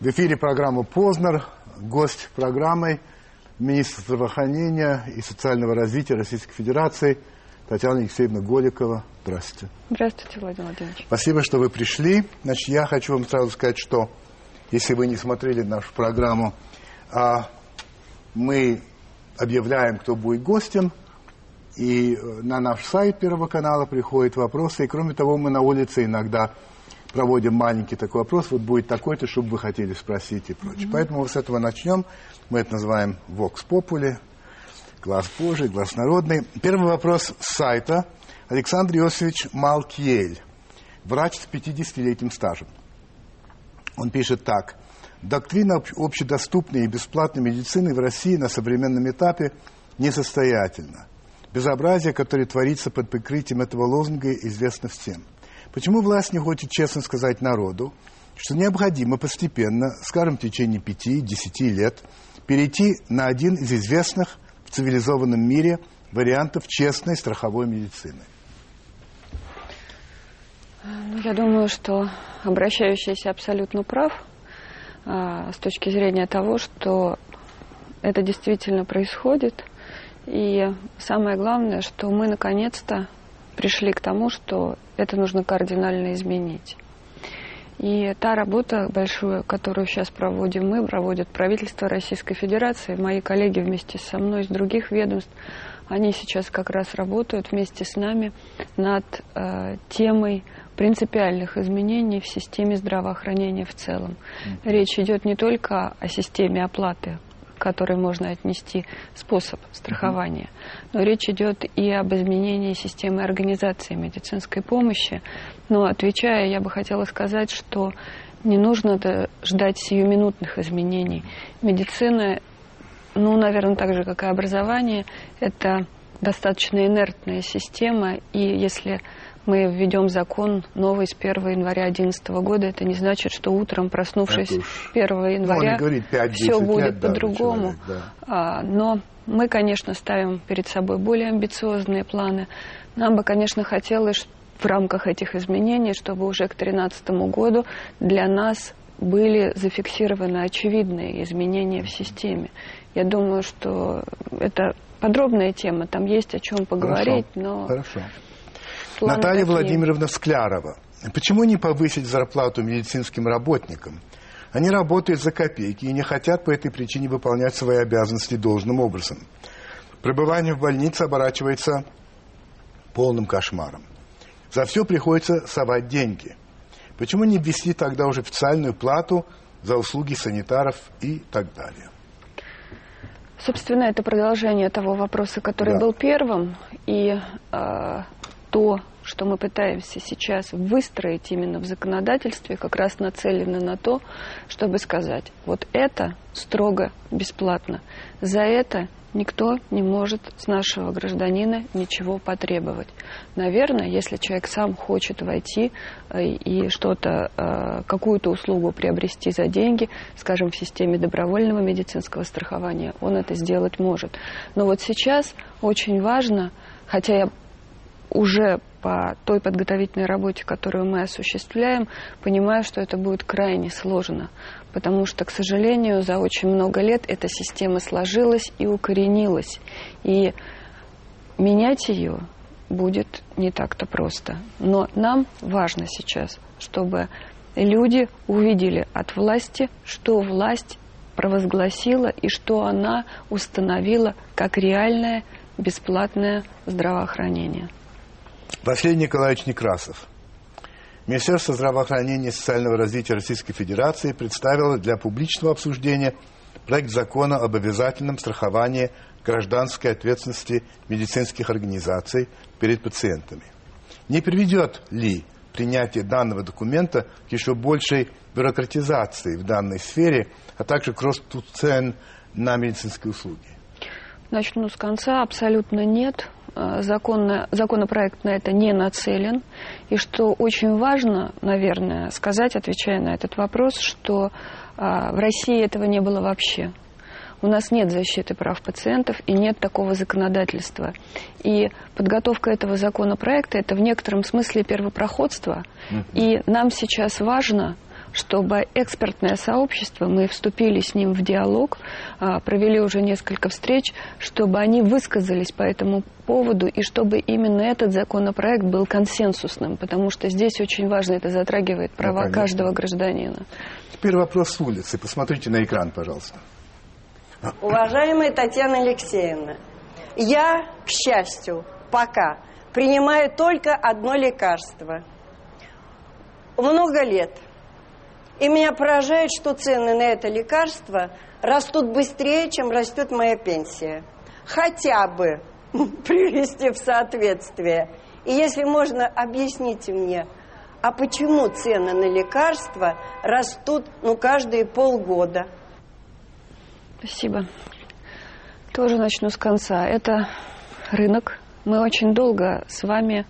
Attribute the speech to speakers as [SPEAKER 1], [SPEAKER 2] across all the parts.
[SPEAKER 1] В эфире программа «Познер». Гость программы – министр здравоохранения и социального развития Российской Федерации Татьяна Алексеевна Голикова. Здравствуйте.
[SPEAKER 2] Здравствуйте, Владимир Владимирович.
[SPEAKER 1] Спасибо, что вы пришли. Значит, я хочу вам сразу сказать, что если вы не смотрели нашу программу, мы объявляем, кто будет гостем, и на наш сайт Первого канала приходят вопросы, и кроме того, мы на улице иногда проводим маленький такой вопрос, вот будет такой-то, чтобы вы хотели спросить и прочее. Поэтому мы с этого начнем. Мы это называем «Vox Populi», «Глаз Божий», «Глаз народный». Первый вопрос с сайта. Александр Иосифович Малкиель, врач с 50-летним стажем. Он пишет так. Доктрина общедоступной и бесплатной медицины в России на современном этапе несостоятельна. Безобразие, которое творится под прикрытием этого лозунга, известно всем. Почему власть не хочет честно сказать народу, что необходимо постепенно, скажем, в течение 5-10 лет, перейти на один из известных в цивилизованном мире вариантов честной страховой медицины?
[SPEAKER 2] Я думаю, что обращающийся абсолютно прав с точки зрения того, что это действительно происходит. И самое главное, что мы наконец-то пришли к тому, что это нужно кардинально изменить. И та работа большую, которую сейчас проводим мы, проводит правительство Российской Федерации, мои коллеги вместе со мной из других ведомств, они сейчас как раз работают вместе с нами над темой принципиальных изменений в системе здравоохранения в целом. Речь идет не только о системе оплаты, к которой можно отнести способ страхования, но речь идет и об изменении системы организации медицинской помощи. Но, отвечая, я бы хотела сказать, что не нужно ждать сиюминутных изменений. Медицина, наверное, так же, как и образование, это достаточно инертная система, и если мы введем закон новый с 1 января 2011 года, это не значит, что утром, проснувшись 1 января, все будет по-другому. Но мы, конечно, ставим перед собой более амбициозные планы. Нам бы, конечно, хотелось в рамках этих изменений, чтобы уже к 2013 году для нас были зафиксированы очевидные изменения в системе. Я думаю, что это подробная тема, там есть о чем поговорить, но...
[SPEAKER 1] Хорошо. Наталья Владимировна Склярова. Почему не повысить зарплату медицинским работникам? Они работают за копейки и не хотят по этой причине выполнять свои обязанности должным образом. Пребывание в больнице оборачивается полным кошмаром. За все приходится совать деньги. Почему не ввести тогда уже официальную плату за услуги санитаров и так далее?
[SPEAKER 2] Собственно, это продолжение того вопроса, который был первым. И то, что мы пытаемся сейчас выстроить именно в законодательстве, как раз нацелено на то, чтобы сказать, вот это строго бесплатно. За это никто не может с нашего гражданина ничего потребовать. Наверное, если человек сам хочет войти и что-то, какую-то услугу приобрести за деньги, скажем, в системе добровольного медицинского страхования, он это сделать может. Но вот сейчас очень важно, хотя я уже по той подготовительной работе, которую мы осуществляем, понимаю, что это будет крайне сложно, потому что, к сожалению, за очень много лет эта система сложилась и укоренилась, и менять ее будет не так-то просто. Но нам важно сейчас, чтобы люди увидели от власти, что власть провозгласила и что она установила как реальное бесплатное здравоохранение.
[SPEAKER 1] Василий Николаевич Некрасов. Министерство здравоохранения и социального развития Российской Федерации представило для публичного обсуждения проект закона об обязательном страховании гражданской ответственности медицинских организаций перед пациентами. Не приведет ли принятие данного документа к еще большей бюрократизации в данной сфере, а также к росту цен на медицинские услуги?
[SPEAKER 2] Начну с конца. Абсолютно нет. Законопроект на это не нацелен. И что очень важно, наверное, сказать, отвечая на этот вопрос, что в России этого не было вообще. У нас нет защиты прав пациентов и нет такого законодательства. И подготовка этого законопроекта – это в некотором смысле первопроходство. И нам сейчас важно, чтобы экспертное сообщество, мы вступили с ним в диалог, провели уже несколько встреч, чтобы они высказались по этому поводу, и чтобы именно этот законопроект был консенсусным, потому что здесь очень важно, это затрагивает права каждого гражданина.
[SPEAKER 1] Теперь вопрос с улицы. Посмотрите на экран, пожалуйста.
[SPEAKER 3] Уважаемая Татьяна Алексеевна, я, к счастью, пока принимаю только одно лекарство. Много лет. И меня поражает, что цены на это лекарство растут быстрее, чем растет моя пенсия. Хотя бы привести в соответствие. И если можно, объясните мне, а почему цены на лекарства растут, каждые полгода?
[SPEAKER 2] Спасибо. Тоже начну с конца. Это рынок. Мы очень долго с вами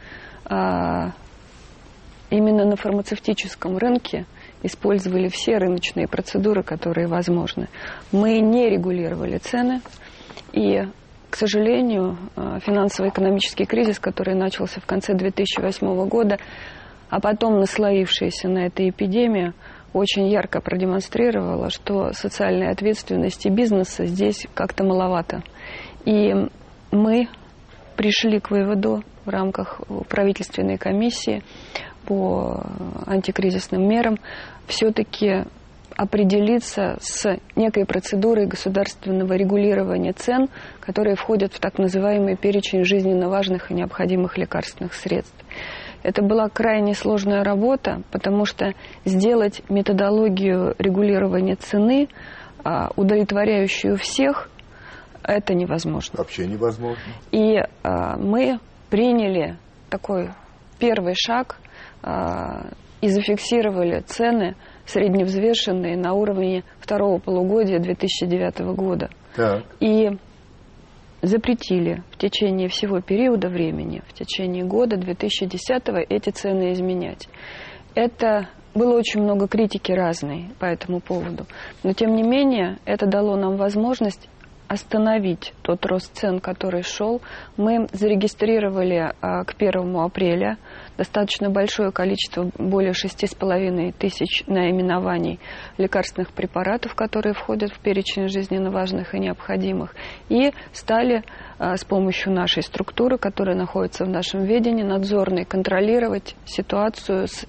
[SPEAKER 2] именно на фармацевтическом рынке использовали все рыночные процедуры, которые возможны. Мы не регулировали цены. И, к сожалению, финансово-экономический кризис, который начался в конце 2008 года, а потом наслоившаяся на этой эпидемии, очень ярко продемонстрировала, что социальной ответственности бизнеса здесь как-то маловато. И мы пришли к выводу в рамках правительственной комиссии по антикризисным мерам все-таки определиться с некой процедурой государственного регулирования цен, которые входят в так называемый перечень жизненно важных и необходимых лекарственных средств. Это была крайне сложная работа, потому что сделать методологию регулирования цены, удовлетворяющую всех, это невозможно.
[SPEAKER 1] Вообще невозможно.
[SPEAKER 2] И мы приняли такой первый шаг и зафиксировали цены средневзвешенные на уровне второго полугодия 2009 года.
[SPEAKER 1] Так.
[SPEAKER 2] И запретили в течение всего периода времени, в течение года 2010-го эти цены изменять. Это было очень много критики разной по этому поводу. Но, тем не менее, это дало нам возможность остановить тот рост цен, который шел. Мы зарегистрировали к 1 апреля достаточно большое количество, более 6,5 тысяч наименований лекарственных препаратов, которые входят в перечень жизненно важных и необходимых, и стали с помощью нашей структуры, которая находится в нашем ведении, надзорной, контролировать ситуацию с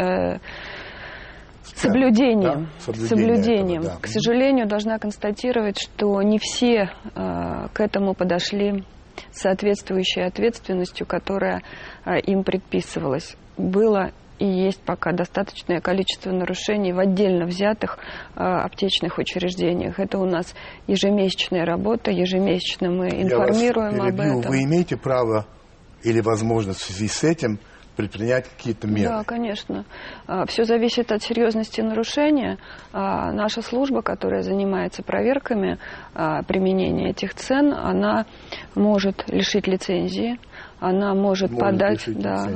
[SPEAKER 2] соблюдением.
[SPEAKER 1] Да, соблюдением. Этого, да.
[SPEAKER 2] К сожалению, должна констатировать, что не все к этому подошли с соответствующей ответственностью, которая им предписывалась. Было и есть пока достаточное количество нарушений в отдельно взятых аптечных учреждениях. Это у нас ежемесячная работа, ежемесячно мы информируем об этом.
[SPEAKER 1] Вы имеете право или возможность в связи с этим предпринять какие-то меры?
[SPEAKER 2] Да, конечно. Все зависит от серьезности нарушения. Наша служба, которая занимается проверками применения этих цен, она может лишить лицензии, она может подать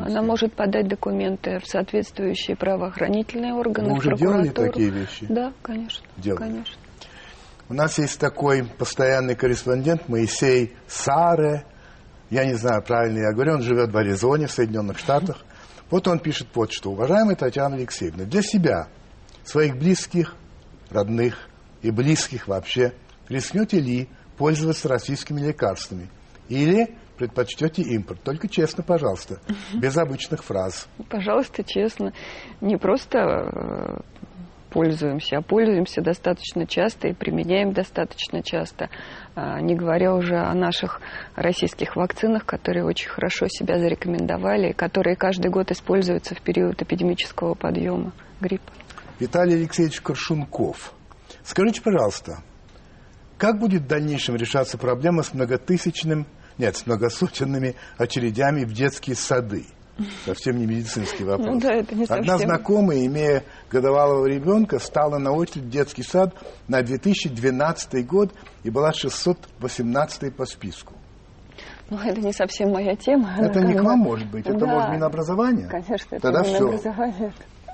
[SPEAKER 2] документы в соответствующие правоохранительные органы,
[SPEAKER 1] Вы уже делали такие вещи?
[SPEAKER 2] Да, конечно. Конечно.
[SPEAKER 1] У нас есть такой постоянный корреспондент Моисей Саре. Я не знаю, правильно я говорю, он живет в Аризоне, в Соединенных Штатах. Вот он пишет вот что. Уважаемая Татьяна Алексеевна, для себя, своих близких, родных и близких вообще, рискнете ли пользоваться российскими лекарствами? Или предпочтете импорт? Только честно, пожалуйста, без обычных фраз.
[SPEAKER 2] Пожалуйста, честно. Не просто пользуемся, а пользуемся достаточно часто и применяем достаточно часто, не говоря уже о наших российских вакцинах, которые очень хорошо себя зарекомендовали, и которые каждый год используются в период эпидемического подъема гриппа.
[SPEAKER 1] Виталий Алексеевич Коршунков, скажите, пожалуйста, как будет в дальнейшем решаться проблема с многосотенными очередями в детские сады? Совсем не медицинский вопрос.
[SPEAKER 2] Да, это не совсем.
[SPEAKER 1] Одна знакомая, имея годовалого ребенка, стала на очередь в детский сад на 2012 год и была 618-й по списку.
[SPEAKER 2] Это не совсем моя тема.
[SPEAKER 1] Это не к вам, может быть. Это, может, Минобразование?
[SPEAKER 2] Конечно, это
[SPEAKER 1] тогда
[SPEAKER 2] Минобразование.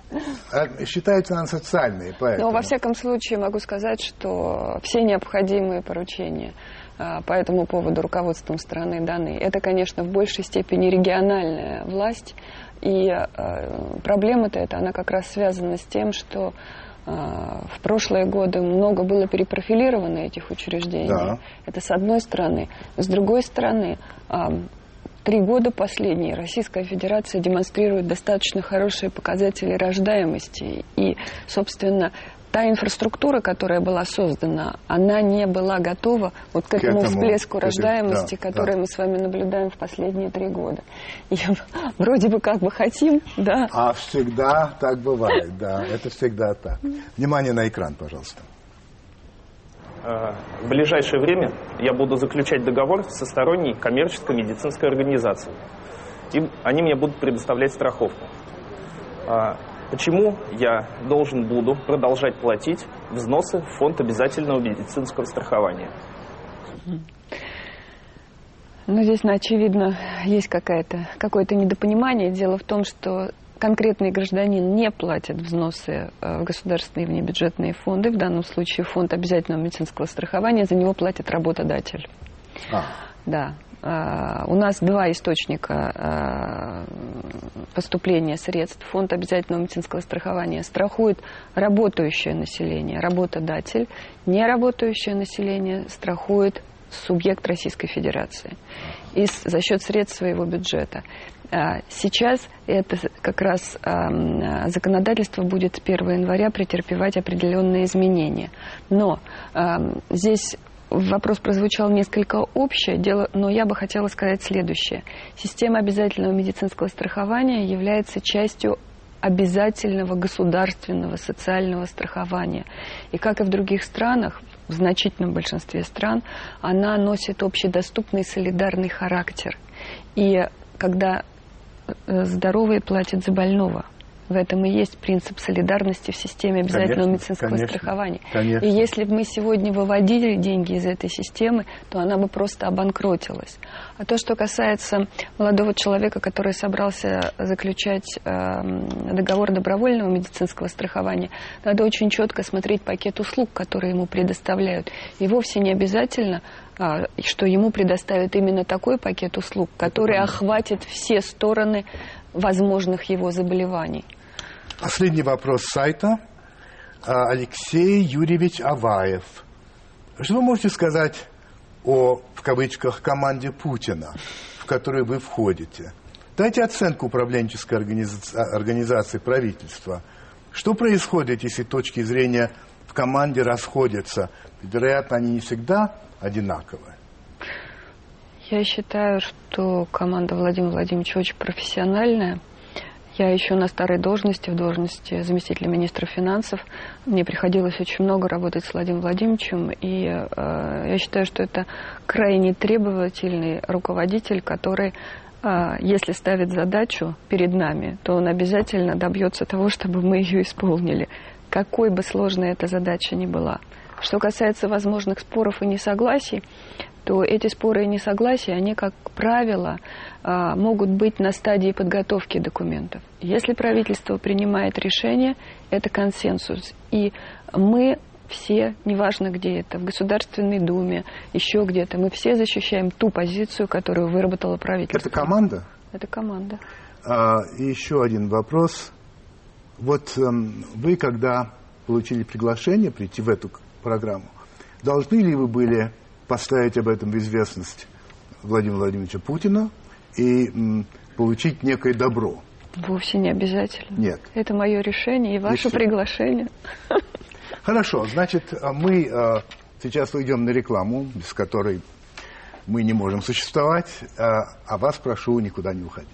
[SPEAKER 1] Считается она социальной, поэтому...
[SPEAKER 2] Но, во всяком случае, могу сказать, что все необходимые поручения по этому поводу руководством страны даны. Это, конечно, в большей степени региональная власть. И проблема-то эта, она как раз связана с тем, что в прошлые годы много было перепрофилировано этих учреждений. Да. Это с одной стороны. С другой стороны, 3 года последние Российская Федерация демонстрирует достаточно хорошие показатели рождаемости. И, собственно, та инфраструктура, которая была создана, она не была готова вот к этому всплеску рождаемости, который мы с вами наблюдаем в последние 3 года. И вроде бы как бы хотим, да.
[SPEAKER 1] А всегда так бывает, да, это всегда так. Внимание на экран, пожалуйста.
[SPEAKER 4] В ближайшее время я буду заключать договор со сторонней коммерческой медицинской организацией. И они мне будут предоставлять страховку. Почему я должен буду продолжать платить взносы в фонд обязательного медицинского страхования?
[SPEAKER 2] Ну, здесь, очевидно, есть какое-то недопонимание. Дело в том, что конкретный гражданин не платит взносы в государственные и внебюджетные фонды. В данном случае фонд обязательного медицинского страхования, за него платит работодатель. Да. У нас 2 источника поступления средств. Фонд обязательного медицинского страхования страхует работающее население, работодатель. Неработающее население страхует субъект Российской Федерации за счет средств своего бюджета. Сейчас это как раз законодательство будет с 1 января претерпевать определенные изменения. Но здесь вопрос прозвучал несколько общее, но я бы хотела сказать следующее. Система обязательного медицинского страхования является частью обязательного государственного социального страхования. И как и в других странах, в значительном большинстве стран, она носит общедоступный солидарный характер. И когда здоровые платят за больного, в этом и есть принцип солидарности в системе обязательного медицинского страхования. Конечно. И если бы мы сегодня выводили деньги из этой системы, то она бы просто обанкротилась. А то, что касается молодого человека, который собрался заключать договор добровольного медицинского страхования, надо очень четко смотреть пакет услуг, которые ему предоставляют. И вовсе не обязательно, что ему предоставят именно такой пакет услуг, который охватит все стороны возможных его заболеваний.
[SPEAKER 1] Последний вопрос с сайта. Алексей Юрьевич Аваев. Что вы можете сказать о, в кавычках, команде Путина, в которую вы входите? Дайте оценку управленческой организации правительства. Что происходит, если точки зрения в команде расходятся? Ведь, вероятно, они не всегда одинаковые.
[SPEAKER 2] Я считаю, что команда Владимира Владимировича очень профессиональная. Я еще на старой должности, в должности заместителя министра финансов. Мне приходилось очень много работать с Владимиром Владимировичем. И я считаю, что это крайне требовательный руководитель, который, если ставит задачу перед нами, то он обязательно добьется того, чтобы мы ее исполнили, какой бы сложной эта задача ни была. Что касается возможных споров и несогласий, то эти споры и несогласия, они, как правило, могут быть на стадии подготовки документов. Если правительство принимает решение, это консенсус. И мы все, неважно где это, в Государственной Думе, еще где-то, мы все защищаем ту позицию, которую выработало правительство.
[SPEAKER 1] Это команда?
[SPEAKER 2] Это команда.
[SPEAKER 1] И еще один вопрос. Вот вы, когда получили приглашение прийти в эту программу, должны ли вы были поставить об этом в известность Владимира Владимировича Путина и получить некое добро?
[SPEAKER 2] Вовсе не обязательно.
[SPEAKER 1] Нет.
[SPEAKER 2] Это мое решение и ваше приглашение.
[SPEAKER 1] Хорошо, значит, мы сейчас уйдем на рекламу, без которой мы не можем существовать, а вас прошу никуда не уходить.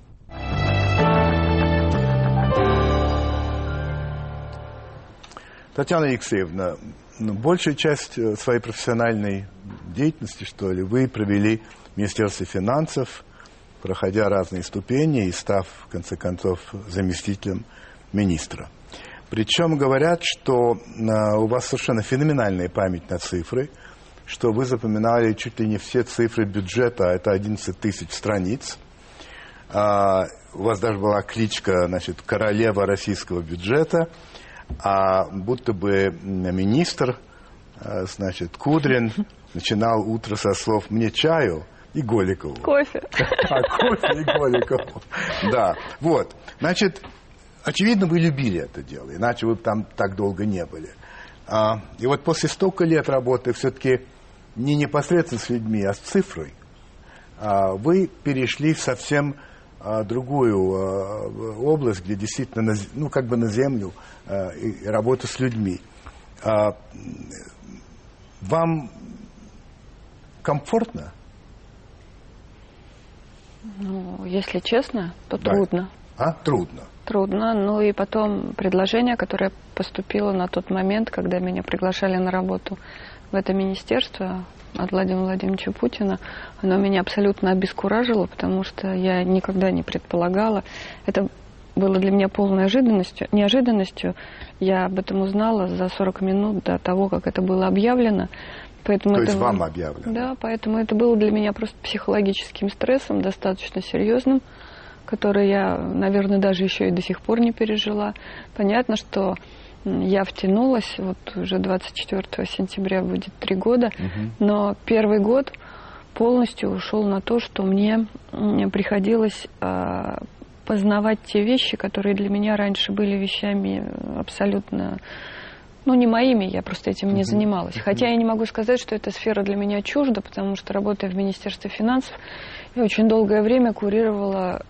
[SPEAKER 1] Татьяна Алексеевна, большую часть своей профессиональной деятельности, что ли, вы провели в Министерстве финансов, проходя разные ступени и став, в конце концов, заместителем министра. Причем говорят, что у вас совершенно феноменальная память на цифры, что вы запоминали чуть ли не все цифры бюджета, это 11 тысяч страниц. У вас даже была кличка, значит, королева российского бюджета, а будто бы министр, значит, Кудрин, начинал утро со слов «мне чаю» и Голикову.
[SPEAKER 2] Кофе.
[SPEAKER 1] Кофе и Голикову. Да, вот. Значит, очевидно, вы любили это дело, иначе вы там так долго не были. И вот после столько лет работы все-таки не непосредственно с людьми, а с цифрой, вы перешли в совсем другую область, где действительно, ну, как бы на землю, и работа с людьми. Вам комфортно?
[SPEAKER 2] Ну, если честно, то трудно.
[SPEAKER 1] Трудно.
[SPEAKER 2] Трудно. Ну и потом предложение, которое поступило на тот момент, когда меня приглашали на работу в это министерство от Владимира Владимировича Путина, оно меня абсолютно обескуражило, потому что я никогда не предполагала. Это было для меня полной неожиданностью. Я об этом узнала за 40 минут до того, как это было объявлено. Поэтому
[SPEAKER 1] То есть вам объявлено?
[SPEAKER 2] Да, поэтому это было для меня просто психологическим стрессом, достаточно серьезным, который я, наверное, даже еще и до сих пор не пережила. Понятно, что я втянулась, вот уже 24 сентября будет 3 года, но первый год полностью ушел на то, что мне приходилось познавать те вещи, которые для меня раньше были вещами абсолютно, ну, не моими, я просто этим не занималась. Хотя я не могу сказать, что эта сфера для меня чужда, потому что, работая в Министерстве финансов, я очень долгое время курировала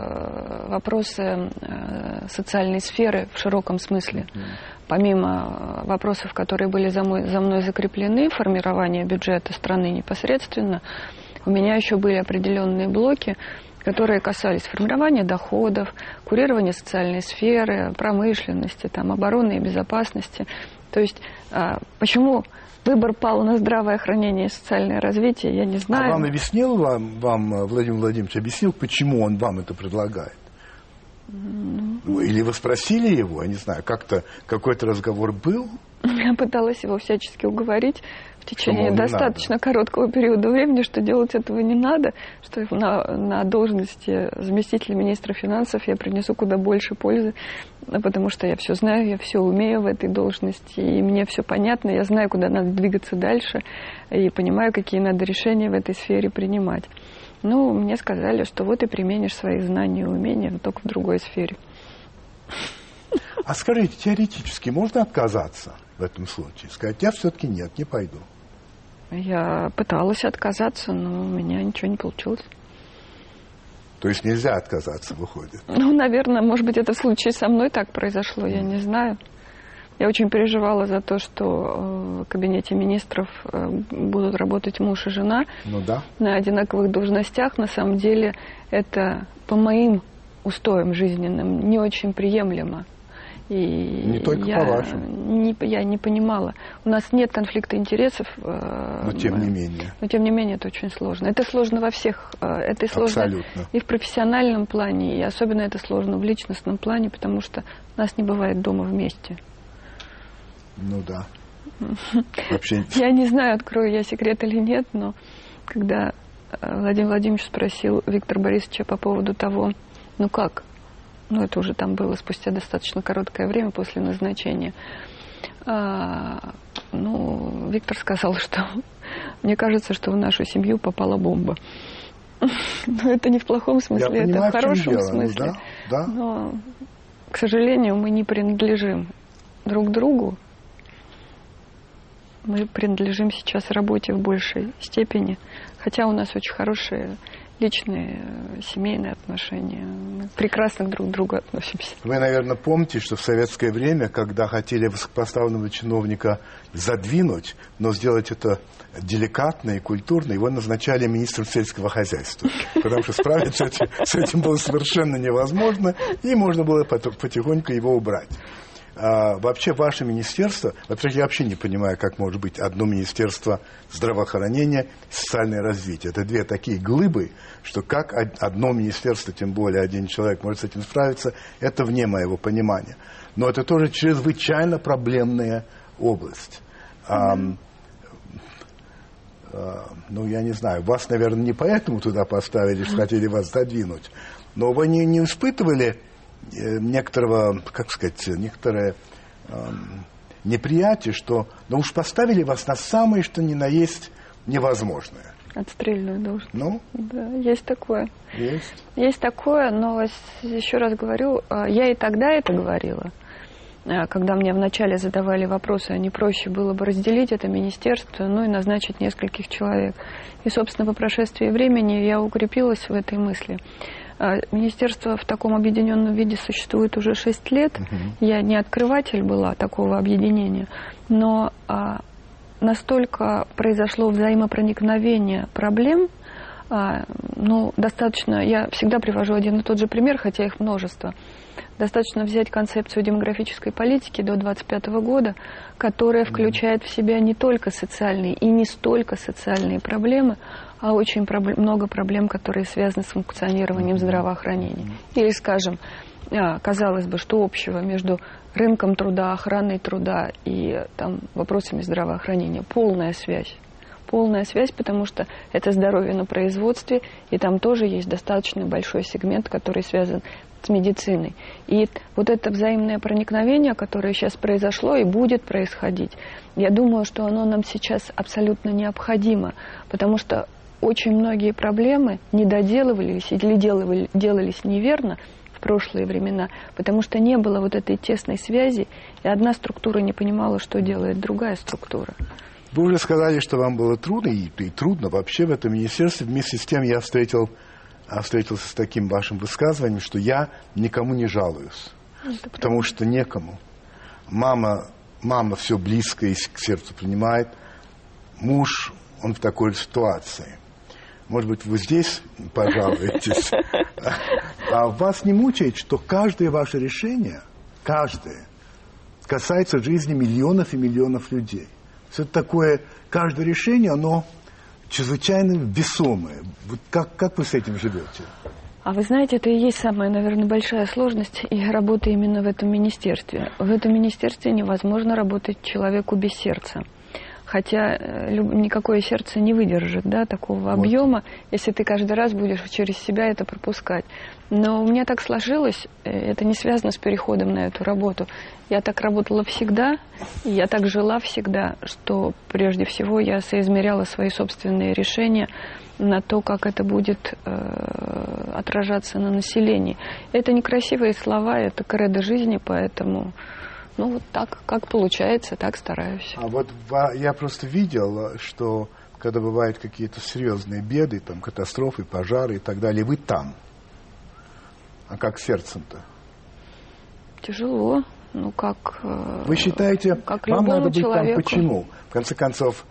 [SPEAKER 2] вопросы социальной сферы в широком смысле. Помимо вопросов, которые были за мной закреплены, формирование бюджета страны непосредственно, у меня еще были определенные блоки, которые касались формирования доходов, курирования социальной сферы, промышленности, там, обороны и безопасности. То есть почему выбор пал на здравое хранение и социальное развитие, я не знаю.
[SPEAKER 1] А вам объяснил, вам Владимир Владимирович объяснил, почему он вам это предлагает? Или вы спросили его, я не знаю, как-то какой-то разговор был?
[SPEAKER 2] Я пыталась его всячески уговорить в течение достаточно короткого периода времени, что делать этого не надо, что на должности заместителя министра финансов я принесу куда больше пользы, потому что я все знаю, я все умею в этой должности, и мне все понятно, я знаю, куда надо двигаться дальше, и понимаю, какие надо решения в этой сфере принимать. Ну, мне сказали, что вот и применишь свои знания и умения, но только в другой сфере.
[SPEAKER 1] А скажите, теоретически можно отказаться в этом случае? Сказать, я все-таки нет, не пойду.
[SPEAKER 2] Я пыталась отказаться, но у меня ничего не получилось.
[SPEAKER 1] То есть нельзя отказаться, выходит?
[SPEAKER 2] Ну, наверное, может быть, это в случае со мной так произошло, я не знаю. Я очень переживала за то, что в кабинете министров будут работать муж и жена на одинаковых должностях. На самом деле это по моим устоям жизненным не очень приемлемо. И
[SPEAKER 1] не только по вашим.
[SPEAKER 2] Я не понимала. У нас нет конфликта интересов.
[SPEAKER 1] Но тем не менее.
[SPEAKER 2] Но тем не менее это очень сложно. Это сложно во всех. Это сложно
[SPEAKER 1] абсолютно.
[SPEAKER 2] И в профессиональном плане, и особенно это сложно в личностном плане, потому что у нас не бывает дома вместе.
[SPEAKER 1] Ну да. Вообще...
[SPEAKER 2] Я не знаю, открою я секрет или нет, но когда Владимир Владимирович спросил Виктора Борисовича по поводу того, ну как, ну это уже там было спустя достаточно короткое время после назначения, ну, Виктор сказал, что мне кажется, что в нашу семью попала бомба. Но это не в плохом смысле, это в хорошем смысле.
[SPEAKER 1] Ну, да.
[SPEAKER 2] Но, к сожалению, мы не принадлежим друг другу. Мы принадлежим сейчас работе в большей степени, хотя у нас очень хорошие личные, семейные отношения. Мы прекрасно друг к другу относимся.
[SPEAKER 1] Вы, наверное, помните, что в советское время, когда хотели высокопоставленного чиновника задвинуть, но сделать это деликатно и культурно, его назначали министром сельского хозяйства. Потому что справиться с этим было совершенно невозможно, и можно было потихоньку его убрать. Вообще ваше министерство, во-первых, я вообще не понимаю, как может быть одно министерство здравоохранения и социальное развитие. Это две такие глыбы, что как одно министерство, тем более один человек может с этим справиться, это вне моего понимания. Но это тоже чрезвычайно проблемная область. Ну, я не знаю, вас, наверное, не поэтому туда поставили, что хотели вас задвинуть, но вы не испытывали некоторое неприятие, что, ну уж поставили вас на самое, что ни на есть невозможное.
[SPEAKER 2] Отстрельную должность.
[SPEAKER 1] Ну?
[SPEAKER 2] Да, есть такое.
[SPEAKER 1] Есть.
[SPEAKER 2] Есть такое, но еще раз говорю, я и тогда это говорила. Когда мне вначале задавали вопросы, а не проще было бы разделить это министерство, ну и назначить нескольких человек. И, собственно, по прошествии времени я укрепилась в этой мысли. Министерство в таком объединенном виде существует уже 6 лет. Я не открыватель была такого объединения, но настолько произошло взаимопроникновение проблем, ну, достаточно, я всегда привожу один и тот же пример, хотя их множество. Достаточно взять концепцию демографической политики до 2025 года, которая включает в себя не только социальные и не столько социальные проблемы, а очень много проблем, которые связаны с функционированием здравоохранения. Или, скажем, казалось бы, что общего между рынком труда, охраной труда и там, вопросами здравоохранения? Полная связь. Полная связь, потому что это здоровье на производстве, и там тоже есть достаточно большой сегмент, который связан с медициной. И вот это взаимное проникновение, которое сейчас произошло и будет происходить, я думаю, что оно нам сейчас абсолютно необходимо, потому что очень многие проблемы не доделывались или делались неверно в прошлые времена, потому что не было вот этой тесной связи, и одна структура не понимала, что делает другая структура.
[SPEAKER 1] Вы уже сказали, что вам было трудно, и трудно вообще в этом министерстве. Вместе с тем я встретился с таким вашим высказыванием, что я никому не жалуюсь, потому что некому. Мама все близко к сердцу принимает, муж, он в такой ситуации. Может быть, вы здесь пожалуетесь. А вас не мучает, что каждое ваше решение, каждое, касается жизни миллионов и миллионов людей. Все такое, каждое решение, оно чрезвычайно весомое. Вот как вы с этим живете?
[SPEAKER 2] А вы знаете, это и есть самая, наверное, большая сложность и работа именно в этом министерстве. В этом министерстве невозможно работать человеку без сердца. Хотя никакое сердце не выдержит, да, такого объема, если ты каждый раз будешь через себя это пропускать. Но у меня так сложилось, это не связано с переходом на эту работу. Я так работала всегда, и я так жила всегда, что прежде всего я соизмеряла свои собственные решения на то, как это будет отражаться на населении. Это не красивые слова, это кредо жизни, поэтому... Ну, вот так, как получается, так стараюсь.
[SPEAKER 1] А вот я просто видел, что когда бывают какие-то серьезные беды, там, катастрофы, пожары и так далее, вы там. А как с сердцем-то?
[SPEAKER 2] Тяжело. Ну, как...
[SPEAKER 1] Вы считаете,
[SPEAKER 2] как
[SPEAKER 1] вам надо быть
[SPEAKER 2] человеку.
[SPEAKER 1] там почему? В конце концов,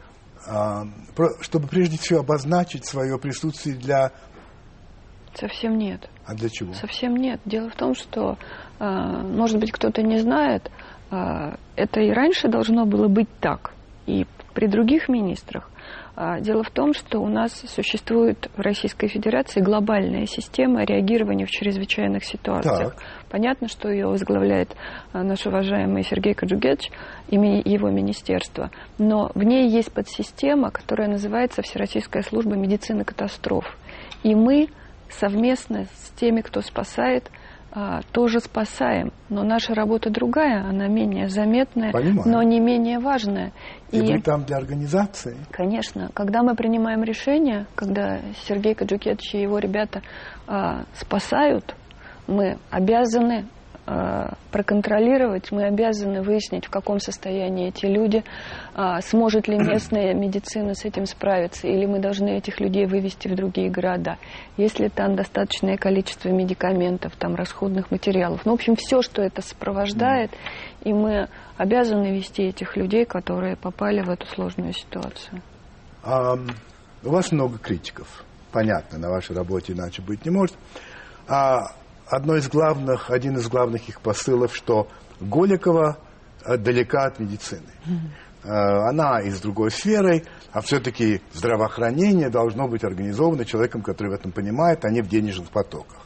[SPEAKER 1] чтобы прежде всего обозначить свое присутствие для...
[SPEAKER 2] Совсем нет.
[SPEAKER 1] А для чего?
[SPEAKER 2] Совсем нет. Дело в том, что, может быть, кто-то не знает, это и раньше должно было быть так, и при других министрах. Дело в том, что у нас существует в Российской Федерации глобальная система реагирования в чрезвычайных ситуациях.
[SPEAKER 1] Так.
[SPEAKER 2] Понятно, что ее возглавляет наш уважаемый Сергей Каджугетович и его министерство, но в ней есть подсистема, которая называется Всероссийская служба медицины катастроф. И мы совместно с теми, кто спасает, тоже спасаем. Но наша работа другая, она менее заметная,
[SPEAKER 1] Понимаю.
[SPEAKER 2] Но не менее важная.
[SPEAKER 1] И вы там для организации?
[SPEAKER 2] Конечно. Когда мы принимаем решение, когда Сергей Каджукетович и его ребята спасают, мы обязаны проконтролировать, мы обязаны выяснить, в каком состоянии эти люди, сможет ли местная медицина с этим справиться, или мы должны этих людей вывести в другие города. Есть ли там достаточное количество медикаментов, там, расходных материалов. Ну, в общем, все, что это сопровождает, и мы обязаны вести этих людей, которые попали в эту сложную ситуацию.
[SPEAKER 1] У вас много критиков. Понятно, на вашей работе иначе быть не может. Один из главных их посылов, что Голикова далека от медицины. Она из другой сферы, а все-таки здравоохранение должно быть организовано человеком, который в этом понимает, а не в денежных потоках.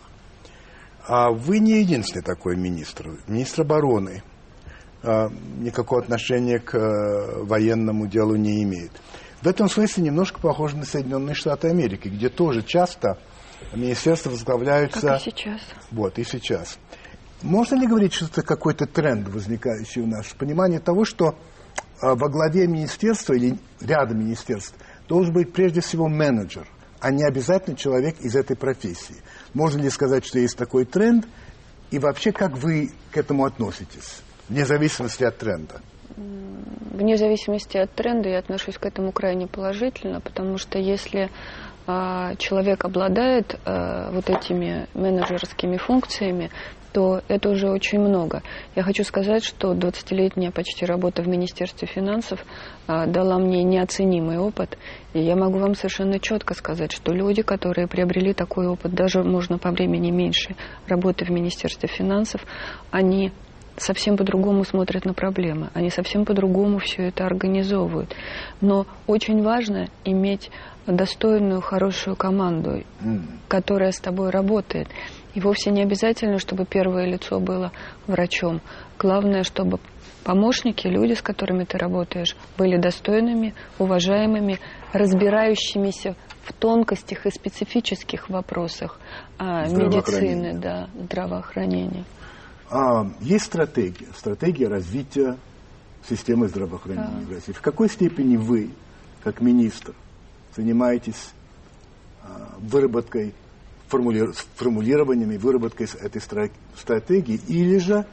[SPEAKER 1] Вы не единственный такой министр. Министр обороны никакого отношения к военному делу не имеет. В этом смысле немножко похоже на Соединенные Штаты Америки, где тоже часто министерства возглавляются...
[SPEAKER 2] Как и сейчас.
[SPEAKER 1] Вот, и сейчас. Можно ли говорить, что это какой-то тренд, возникающий у нас, понимание того, что во главе министерства или ряда министерств должен быть прежде всего менеджер, а не обязательно человек из этой профессии. Можно ли сказать, что есть такой тренд? И вообще, как вы к этому относитесь, вне зависимости от тренда?
[SPEAKER 2] Вне зависимости от тренда я отношусь к этому крайне положительно, потому что если человек обладает вот этими менеджерскими функциями, то это уже очень много. Я хочу сказать, что 20-летняя почти работа в Министерстве финансов дала мне неоценимый опыт. И я могу вам совершенно четко сказать, что люди, которые приобрели такой опыт, даже можно по времени меньше работы в Министерстве финансов, они совсем по-другому смотрят на проблемы, они совсем по-другому все это организовывают. Но очень важно иметь достойную, хорошую команду, которая с тобой работает. И вовсе не обязательно, чтобы первое лицо было врачом. Главное, чтобы помощники, люди, с которыми ты работаешь, были достойными, уважаемыми, разбирающимися в тонкостях и специфических вопросах медицины, да, здравоохранения.
[SPEAKER 1] Есть стратегия развития системы здравоохранения в России. В какой степени вы, как министр, занимаетесь выработкой, формулированиями, выработкой этой стратегии, или же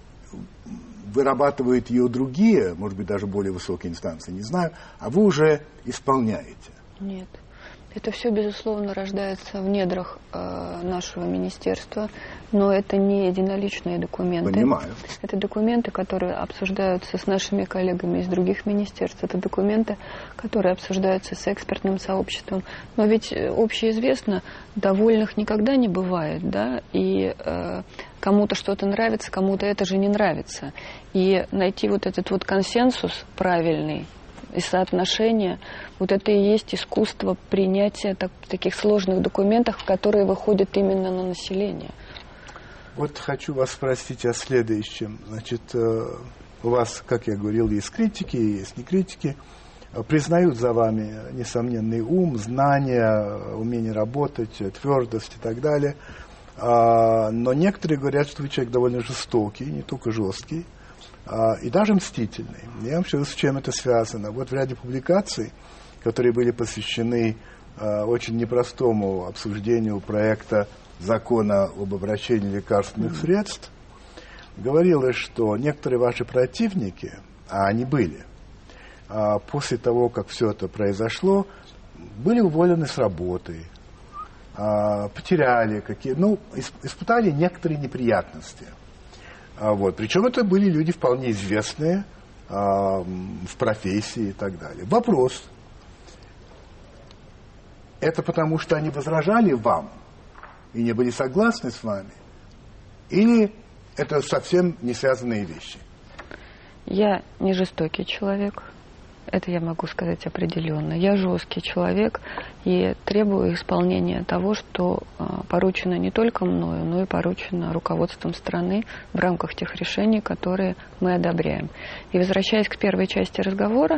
[SPEAKER 1] вырабатывают ее другие, может быть, даже более высокие инстанции, не знаю, а вы уже исполняете?
[SPEAKER 2] Нет. Это все, безусловно, рождается в недрах нашего министерства, но это не единоличные документы.
[SPEAKER 1] Понимаю.
[SPEAKER 2] Это документы, которые обсуждаются с нашими коллегами из других министерств. Это документы, которые обсуждаются с экспертным сообществом. Но ведь общеизвестно, довольных никогда не бывает, да, и кому-то что-то нравится, кому-то это же не нравится. И найти вот этот вот консенсус правильный, и соотношение, вот это и есть искусство принятия таких сложных документов, которые выходят именно на население.
[SPEAKER 1] Вот хочу вас спросить о следующем. Значит, у вас, как я говорил, есть критики, есть не критики. Признают за вами несомненный ум, знания, умение работать, твердость и так далее. Но некоторые говорят, что вы человек довольно жестокий, не только жесткий, и даже мстительный. Я вам скажу, с чем это связано. Вот в ряде публикаций, которые были посвящены очень непростому обсуждению проекта закона об обращении лекарственных средств, говорилось, что некоторые ваши противники, а они были, после того, как все это произошло, были уволены с работы, потеряли испытали некоторые неприятности. Вот. Причем это были люди вполне известные в профессии и так далее. Вопрос. Это потому, что они возражали вам и не были согласны с вами? Или это совсем не связанные вещи?
[SPEAKER 2] Я не жестокий человек. Это я могу сказать определенно. Я жесткий человек и требую исполнения того, что поручено не только мною, но и поручено руководством страны в рамках тех решений, которые мы одобряем. И возвращаясь к первой части разговора,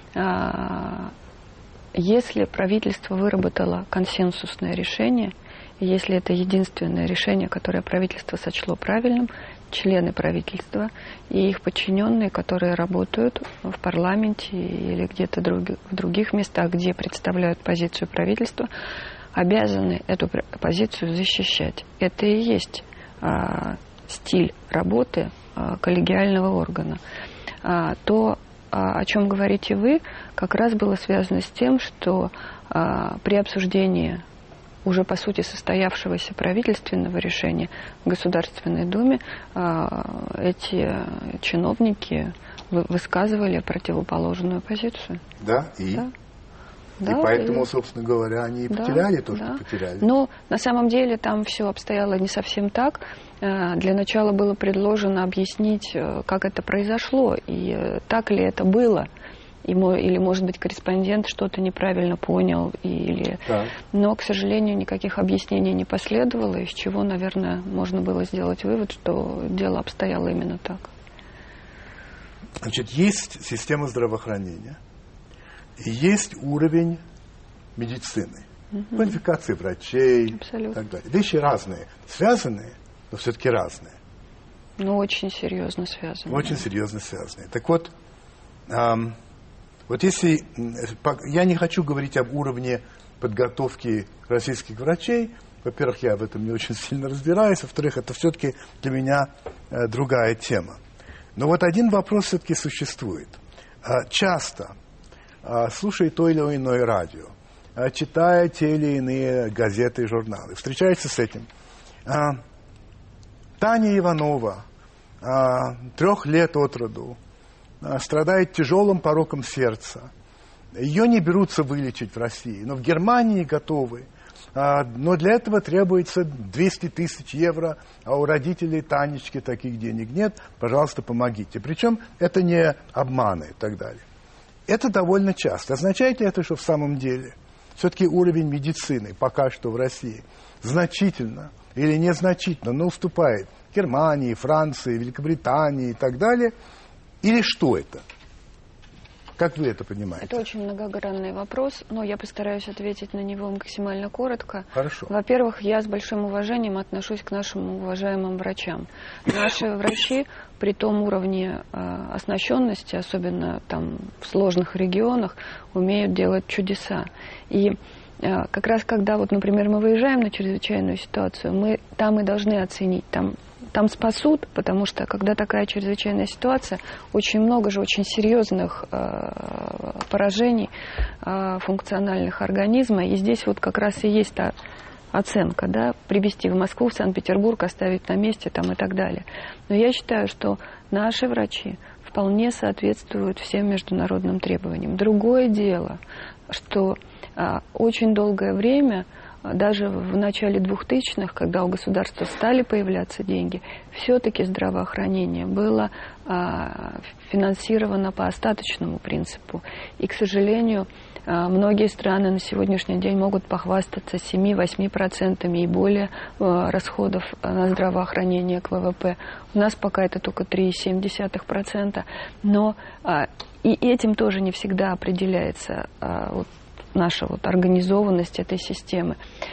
[SPEAKER 2] если правительство выработало консенсусное решение, и если это единственное решение, которое правительство сочло правильным, члены правительства и их подчиненные, которые работают в парламенте или где-то в других местах, где представляют позицию правительства, обязаны эту позицию защищать. Это и есть стиль работы коллегиального органа. То, о чем говорите вы, как раз было связано с тем, что при обсуждении уже по сути состоявшегося правительственного решения в Государственной Думе эти чиновники высказывали противоположную позицию.
[SPEAKER 1] Да? И?
[SPEAKER 2] Да.
[SPEAKER 1] И
[SPEAKER 2] Да,
[SPEAKER 1] поэтому, собственно говоря, они и потеряли то, что потеряли.
[SPEAKER 2] Но на самом деле там все обстояло не совсем так. Для начала было предложено объяснить, как это произошло и так ли это было. Или, может быть, корреспондент что-то неправильно понял. Но, к сожалению, никаких объяснений не последовало, из чего, наверное, можно было сделать вывод, что дело обстояло именно так.
[SPEAKER 1] Значит, есть система здравоохранения, и есть уровень медицины, квалификации врачей и так далее. Вещи разные, связанные, но все-таки разные.
[SPEAKER 2] Но очень серьезно связанные.
[SPEAKER 1] Очень серьезно связанные. Так вот, Вот если... Я не хочу говорить об уровне подготовки российских врачей. Во-первых, я в этом не очень сильно разбираюсь. Во-вторых, это все-таки для меня другая тема. Но вот один вопрос все-таки существует. Часто, слушая то или иное радио, читая те или иные газеты и журналы, встречается с этим. Таня Иванова, 3 лет от роду, страдает тяжелым пороком сердца. Ее не берутся вылечить в России, но в Германии готовы. Но для этого требуется 200 тысяч евро, а у родителей Танечки таких денег нет. Пожалуйста, помогите. Причем это не обманы и так далее. Это довольно часто. Означает ли это, что в самом деле все-таки уровень медицины пока что в России значительно или незначительно, но уступает Германии, Франции, Великобритании и так далее? Или что это? Как вы это понимаете?
[SPEAKER 2] Это очень многогранный вопрос, но я постараюсь ответить на него максимально коротко.
[SPEAKER 1] Хорошо.
[SPEAKER 2] Во-первых, я с большим уважением отношусь к нашим уважаемым врачам. Наши врачи при том уровне оснащенности, особенно там в сложных регионах, умеют делать чудеса. И как раз когда, вот, например, мы выезжаем на чрезвычайную ситуацию, мы там и должны оценить, там спасут, потому что, когда такая чрезвычайная ситуация, очень много же очень серьезных поражений функциональных организма, и здесь вот как раз и есть та оценка, да, привезти в Москву, в Санкт-Петербург, оставить на месте там и так далее. Но я считаю, что наши врачи вполне соответствуют всем международным требованиям. Другое дело, что очень долгое время, даже в начале 2000-х, когда у государства стали появляться деньги, все-таки здравоохранение было финансировано по остаточному принципу. И, к сожалению, многие страны на сегодняшний день могут похвастаться 7-8% и более расходов на здравоохранение к ВВП. У нас пока это только 3,7%. Но и этим тоже не всегда определяется наша вот организованность этой системы.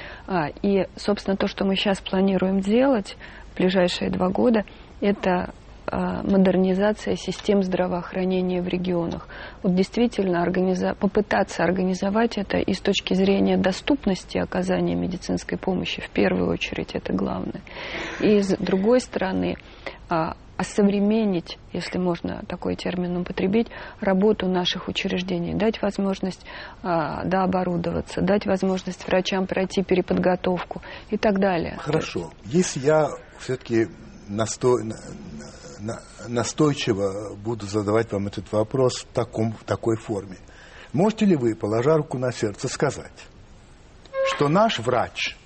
[SPEAKER 2] И, собственно, то, что мы сейчас планируем делать в ближайшие 2 года, это модернизация систем здравоохранения в регионах. Вот действительно попытаться организовать это и с точки зрения доступности оказания медицинской помощи, в первую очередь, это главное. И с другой стороны, осовременить, если можно такой термин употребить, работу наших учреждений, дать возможность дооборудоваться, дать возможность врачам пройти переподготовку и так далее.
[SPEAKER 1] Хорошо. Если я все-таки настойчиво буду задавать вам этот вопрос в такой форме, можете ли вы, положа руку на сердце, сказать, что наш врач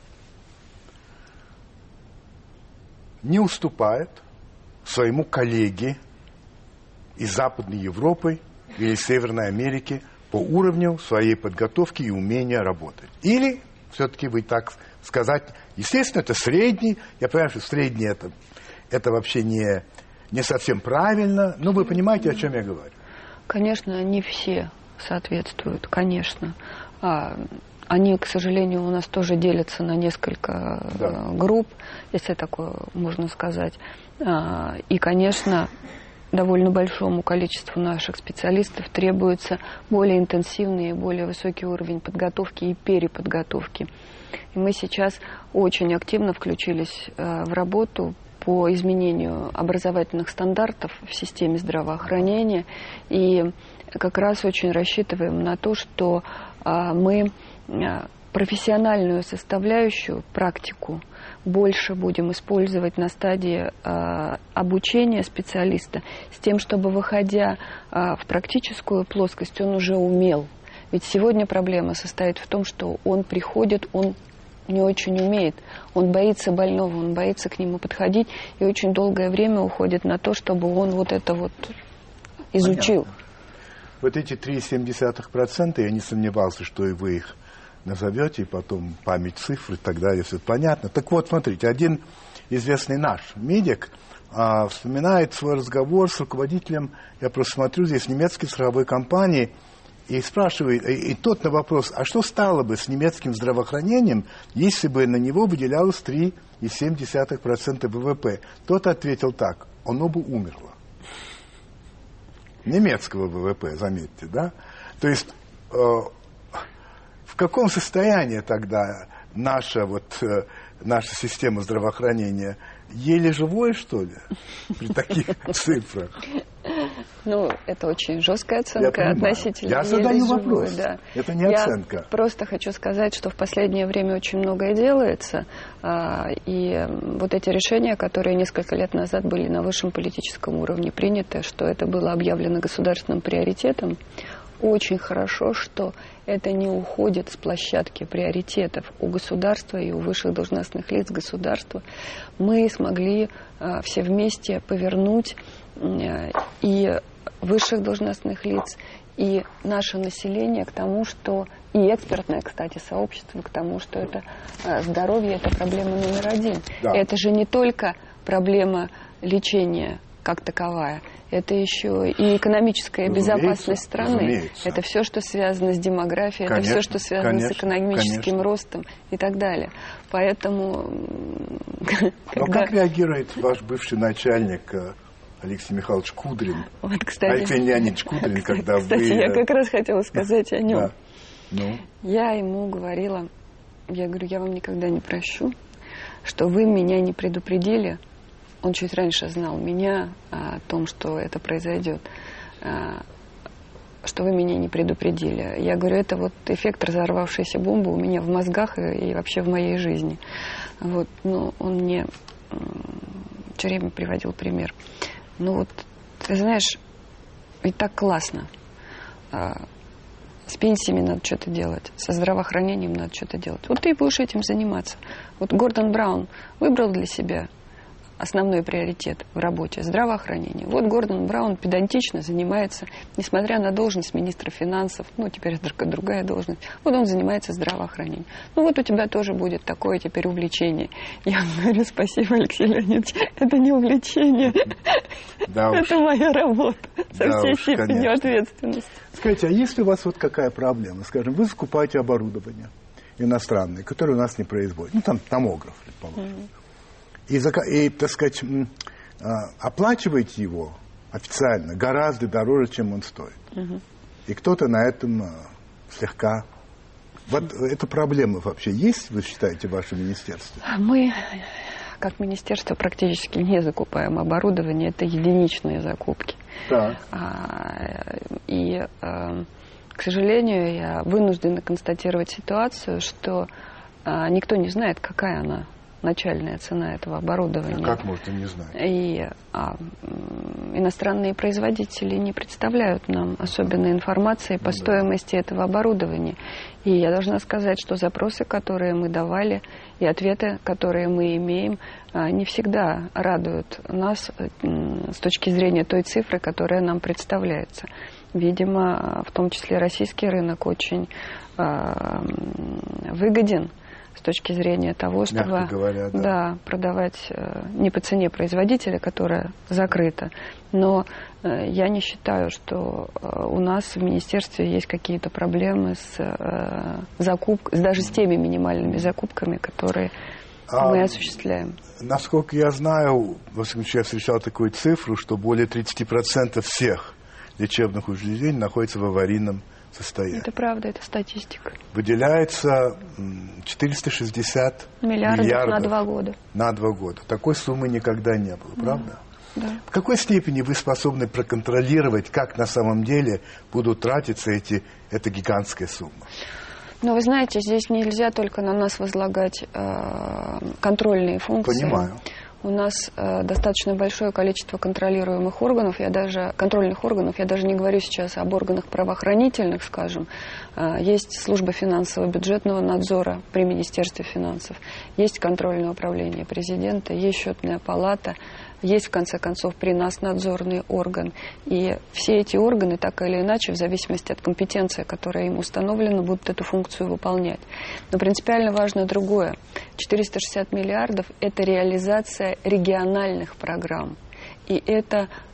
[SPEAKER 1] не уступает своему коллеге из Западной Европы или Северной Америки по уровню своей подготовки и умения работать? Или все-таки вы так сказать, естественно, это средний, я понимаю, что средний это вообще не совсем правильно, но вы понимаете, о чем я говорю?
[SPEAKER 2] Конечно, не все соответствуют, конечно. Они, к сожалению, у нас тоже делятся на несколько групп, если такое можно сказать. И, конечно, довольно большому количеству наших специалистов требуется более интенсивный и более высокий уровень подготовки и переподготовки. И мы сейчас очень активно включились в работу по изменению образовательных стандартов в системе здравоохранения. И как раз очень рассчитываем на то, что мы профессиональную составляющую, практику, больше будем использовать на стадии обучения специалиста, с тем, чтобы, выходя в практическую плоскость, он уже умел. Ведь сегодня проблема состоит в том, что он приходит, он не очень умеет, он боится больного, он боится к нему подходить, и очень долгое время уходит на то, чтобы он вот это вот изучил.
[SPEAKER 1] Понятно. Вот эти 3,7%, я не сомневался, что и вы их назовете, и потом память цифр и так далее, все это понятно. Так вот, смотрите, один известный наш медик вспоминает свой разговор с руководителем, я просто смотрю, здесь немецкой страховой компании, и спрашивает, и тот на вопрос, а что стало бы с немецким здравоохранением, если бы на него выделялось 3,7% ВВП? Тот ответил так, оно бы умерло. немецкого ВВП, заметьте, да? То есть в каком состоянии тогда наша система здравоохранения? Еле живое, что ли, при таких цифрах?
[SPEAKER 2] Ну, это очень жесткая оценка относительно.
[SPEAKER 1] Я задаю вопрос.
[SPEAKER 2] Да.
[SPEAKER 1] Это не оценка.
[SPEAKER 2] Я просто хочу сказать, что в последнее время очень многое делается. И вот эти решения, которые несколько лет назад были на высшем политическом уровне приняты, что это было объявлено государственным приоритетом, очень хорошо, что это не уходит с площадки приоритетов у государства и у высших должностных лиц государства. Мы смогли все вместе повернуть и высших должностных лиц, и наше население к тому, что и экспертное, кстати, сообщество к тому, что это здоровье, это проблема номер один. Да. Это же не только проблема лечения как таковая, это еще и экономическая безопасность страны.
[SPEAKER 1] Разумеется.
[SPEAKER 2] Это все, что связано с демографией, конечно, это все, что связано с экономическим ростом и так далее. Поэтому...
[SPEAKER 1] Но как реагирует ваш бывший начальник Алексей Михайлович Кудрин,
[SPEAKER 2] вот, кстати,
[SPEAKER 1] Алексей Леонидович Кудрин, когда
[SPEAKER 2] кстати,
[SPEAKER 1] вы...
[SPEAKER 2] я как раз хотела сказать о нем.
[SPEAKER 1] Да. Ну?
[SPEAKER 2] Я ему говорила, я говорю, я вам никогда не прощу, что вы меня не предупредили. Он чуть раньше знал меня о том, что это произойдет, что вы меня не предупредили. Я говорю, это вот эффект разорвавшейся бомбы у меня в мозгах и вообще в моей жизни. Вот, но он мне все время приводил пример. Ну вот, ты знаешь, ведь так классно. С пенсиями надо что-то делать, со здравоохранением надо что-то делать. Вот ты будешь этим заниматься. Вот Гордон Браун выбрал для себя основной приоритет в работе – здравоохранение. Вот Гордон Браун педантично занимается, несмотря на должность министра финансов, ну, теперь это другая должность, вот он занимается здравоохранением. Ну, вот у тебя тоже будет такое теперь увлечение. Я говорю, спасибо, Алексей Леонидович, это не увлечение, это моя работа со всей степенью ответственности.
[SPEAKER 1] Скажите, а есть ли у вас вот какая проблема? Скажем, вы закупаете оборудование иностранное, которое у нас не производит, ну, там томограф, предположим. И, так сказать, оплачиваете его официально гораздо дороже, чем он стоит. И кто-то на этом слегка... Вот эта проблема вообще есть, вы считаете, в вашем министерстве?
[SPEAKER 2] Мы, как министерство, практически не закупаем оборудование. Это единичные закупки.
[SPEAKER 1] Да.
[SPEAKER 2] К сожалению, я вынуждена констатировать ситуацию, что никто не знает, какая она. Начальная цена этого оборудования.
[SPEAKER 1] Как можно не знать?
[SPEAKER 2] И иностранные производители не представляют нам особенной информации по стоимости этого оборудования. И я должна сказать, что запросы, которые мы давали, и ответы, которые мы имеем, не всегда радуют нас с точки зрения той цифры, которая нам представляется. Видимо, в том числе российский рынок очень выгоден с точки зрения того, чтобы продавать не по цене производителя, которая закрыта. Но я не считаю, что у нас в министерстве есть какие-то проблемы даже с теми минимальными закупками, которые мы осуществляем.
[SPEAKER 1] Насколько я знаю, во всяком случае, я встречал такую цифру, что более 30% всех лечебных учреждений находятся в аварийном состоянии.
[SPEAKER 2] Это правда, это статистика.
[SPEAKER 1] Выделяется 460 миллиардов
[SPEAKER 2] на 2 года.
[SPEAKER 1] На 2 года. Такой суммы никогда не было, правда?
[SPEAKER 2] Да.
[SPEAKER 1] В какой степени вы способны проконтролировать, как на самом деле будут тратиться эта гигантская сумма?
[SPEAKER 2] Но вы знаете, здесь нельзя только на нас возлагать контрольные функции.
[SPEAKER 1] Понимаю.
[SPEAKER 2] У нас достаточно большое количество контролируемых органов, контрольных органов, я даже не говорю сейчас об органах правоохранительных, скажем. Есть служба финансово-бюджетного надзора при Министерстве финансов, есть контрольное управление президента, есть счетная палата, есть, в конце концов, при нас надзорный орган. И все эти органы, так или иначе, в зависимости от компетенции, которая им установлена, будут эту функцию выполнять. Но принципиально важно другое. 460 миллиардов – это реализация региональных программ. И это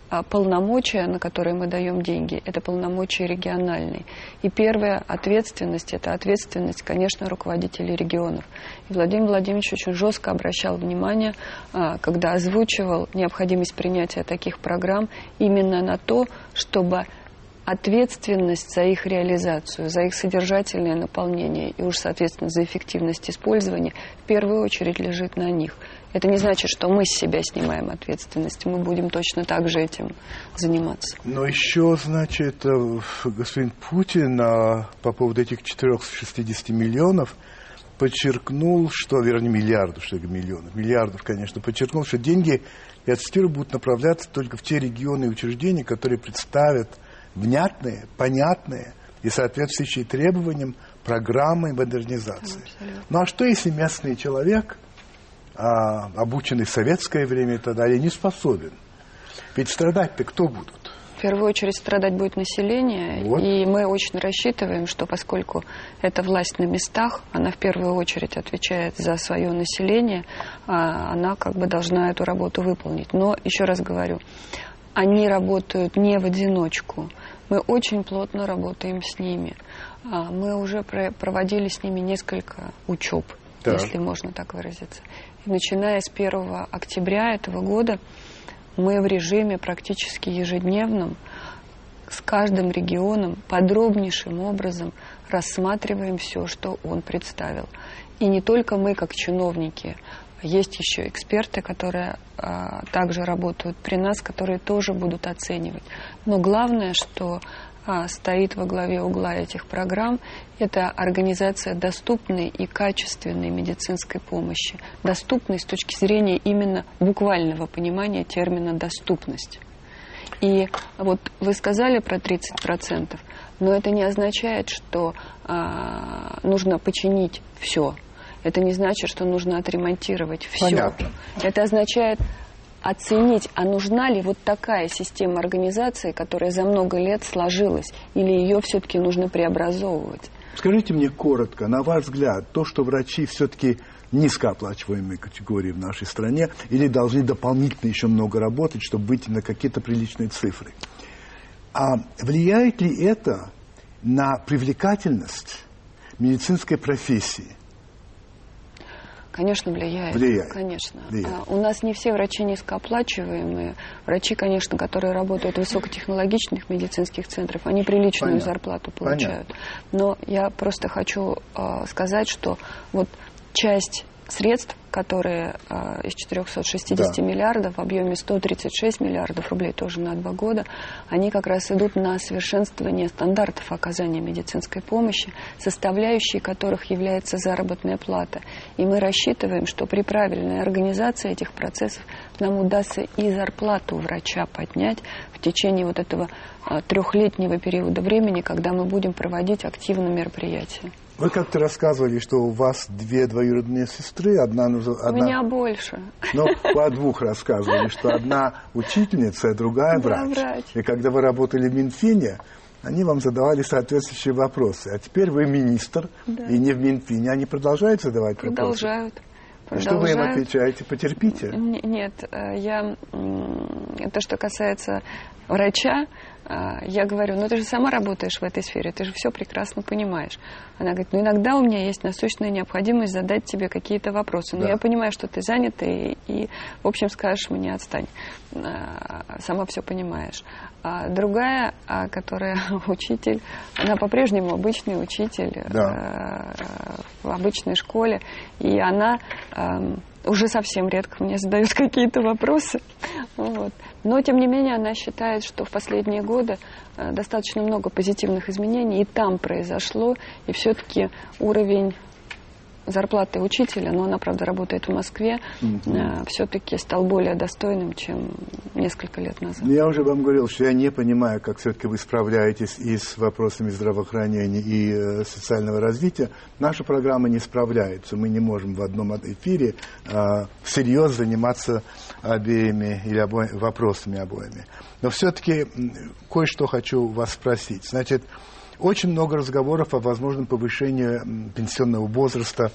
[SPEAKER 2] полномочия, на которые мы даем деньги, это полномочия региональные. И первая ответственность, это ответственность, конечно, руководителей регионов. И Владимир Владимирович очень жестко обращал внимание, когда озвучивал необходимость принятия таких программ, именно на то, чтобы ответственность за их реализацию, за их содержательное наполнение и уж, соответственно, за эффективность использования в первую очередь лежит на них. Это не значит, что мы с себя снимаем ответственность. Мы будем точно так же этим заниматься.
[SPEAKER 1] Но еще, значит, господин Путин по поводу этих 460 миллионов подчеркнул, что, вернее, миллиардов, что я говорю, миллиардов, конечно, подчеркнул, что деньги, я цитирую, будут направляться только в те регионы и учреждения, которые представят внятные, понятные и соответствующие требованиям программы модернизации. Ну а что, если местный человек, обученный в советское время и так далее, не способен? Ведь страдать-то кто будут?
[SPEAKER 2] В первую очередь страдать будет население, вот. И мы очень рассчитываем, что поскольку эта власть на местах, она в первую очередь отвечает за свое население, она как бы должна эту работу выполнить. Но, еще раз говорю, они работают не в одиночку. Мы очень плотно работаем с ними. Мы уже проводили с ними несколько учеб, если можно так выразиться. И начиная с 1 октября этого года мы в режиме практически ежедневном с каждым регионом подробнейшим образом рассматриваем все, что он представил. И не только мы, как чиновники, есть еще эксперты, которые также работают при нас, которые тоже будут оценивать. Но главное, что стоит во главе угла этих программ, это организация доступной и качественной медицинской помощи. Доступной с точки зрения именно буквального понимания термина «доступность». И вот вы сказали про 30%, но это не означает, что нужно починить все. Это не значит, что нужно отремонтировать все.
[SPEAKER 1] Понятно.
[SPEAKER 2] Это означает оценить, а нужна ли вот такая система организации, которая за много лет сложилась, или ее все-таки нужно преобразовывать.
[SPEAKER 1] Скажите мне коротко, на ваш взгляд, то, что врачи все-таки низкооплачиваемые категории в нашей стране, или должны дополнительно еще много работать, чтобы выйти на какие-то приличные цифры, влияет ли это на привлекательность медицинской профессии?
[SPEAKER 2] Конечно, влияет. Конечно.
[SPEAKER 1] Влияет.
[SPEAKER 2] У нас не все врачи низкооплачиваемые. Врачи, конечно, которые работают в высокотехнологичных медицинских центрах, они приличную зарплату получают. Но я просто хочу сказать, что вот часть средств, которые из 460 миллиардов в объеме 136 миллиардов рублей тоже на 2 года, они как раз идут на совершенствование стандартов оказания медицинской помощи, составляющей которых является заработная плата. И мы рассчитываем, что при правильной организации этих процессов нам удастся и зарплату врача поднять в течение вот этого 3-летнего периода времени, когда мы будем проводить активно мероприятия.
[SPEAKER 1] Вы как-то рассказывали, что у вас 2 двоюродные сестры,
[SPEAKER 2] У меня больше.
[SPEAKER 1] Ну, по 2 рассказывали, что одна учительница, а другая врач. И когда вы работали в Минфине, они вам задавали соответствующие вопросы. А теперь вы министр, и не в Минфине. Они продолжают задавать вопросы?
[SPEAKER 2] Продолжают.
[SPEAKER 1] Что вы им отвечаете? Потерпите?
[SPEAKER 2] Нет, то, что касается врача, я говорю, ну ты же сама работаешь в этой сфере, ты же все прекрасно понимаешь. Она говорит, ну иногда у меня есть насущная необходимость задать тебе какие-то вопросы. Но я понимаю, что ты занята и в общем, скажешь мне отстань. Сама все понимаешь. А другая, которая учитель, она по-прежнему обычный учитель в обычной школе. И она уже совсем редко мне задают какие-то вопросы. Вот. Но, тем не менее, она считает, что в последние годы достаточно много позитивных изменений и там произошло. И все-таки уровень зарплаты учителя, но она, правда, работает в Москве, все-таки стал более достойным, чем несколько лет назад.
[SPEAKER 1] Я уже вам говорил, что я не понимаю, как все-таки вы справляетесь и с вопросами здравоохранения, и социального развития. Наша программа не справляется. Мы не можем в одном эфире всерьез заниматься обеими или вопросами обоими. Но все-таки кое-что хочу вас спросить. Значит, очень много разговоров о возможном повышении пенсионного возраста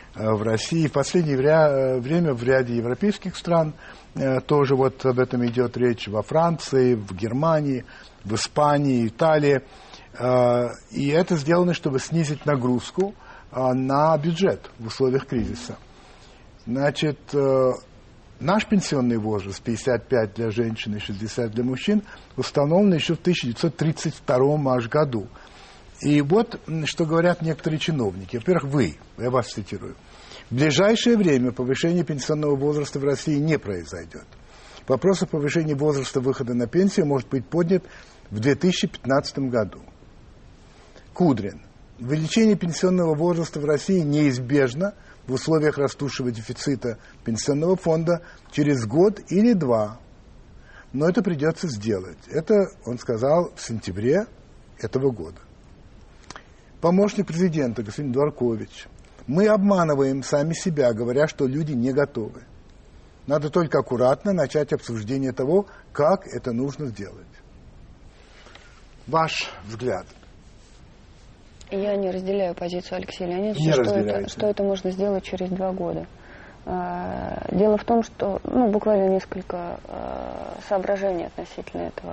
[SPEAKER 1] в России. В последнее время в ряде европейских стран тоже вот об этом идет речь, во Франции, в Германии, в Испании, Италии. И это сделано, чтобы снизить нагрузку на бюджет в условиях кризиса. Значит, наш пенсионный возраст 55 для женщин и 60 для мужчин установлен еще в 1932 аж году. И вот что говорят некоторые чиновники. Во-первых, я вас цитирую. В ближайшее время повышение пенсионного возраста в России не произойдет. Вопрос о повышении возраста выхода на пенсию может быть поднят в 2015 году. Кудрин. Увеличение пенсионного возраста в России неизбежно в условиях растущего дефицита пенсионного фонда через год или два. Но это придется сделать. Это он сказал в сентябре этого года. Помощник президента господин Дворкович. Мы обманываем сами себя, говоря, что люди не готовы. Надо только аккуратно начать обсуждение того, как это нужно сделать. Ваш взгляд.
[SPEAKER 2] Я не разделяю позицию Алексея Леонидовича, что это можно сделать через 2 года. Дело в том, что буквально несколько соображений относительно этого.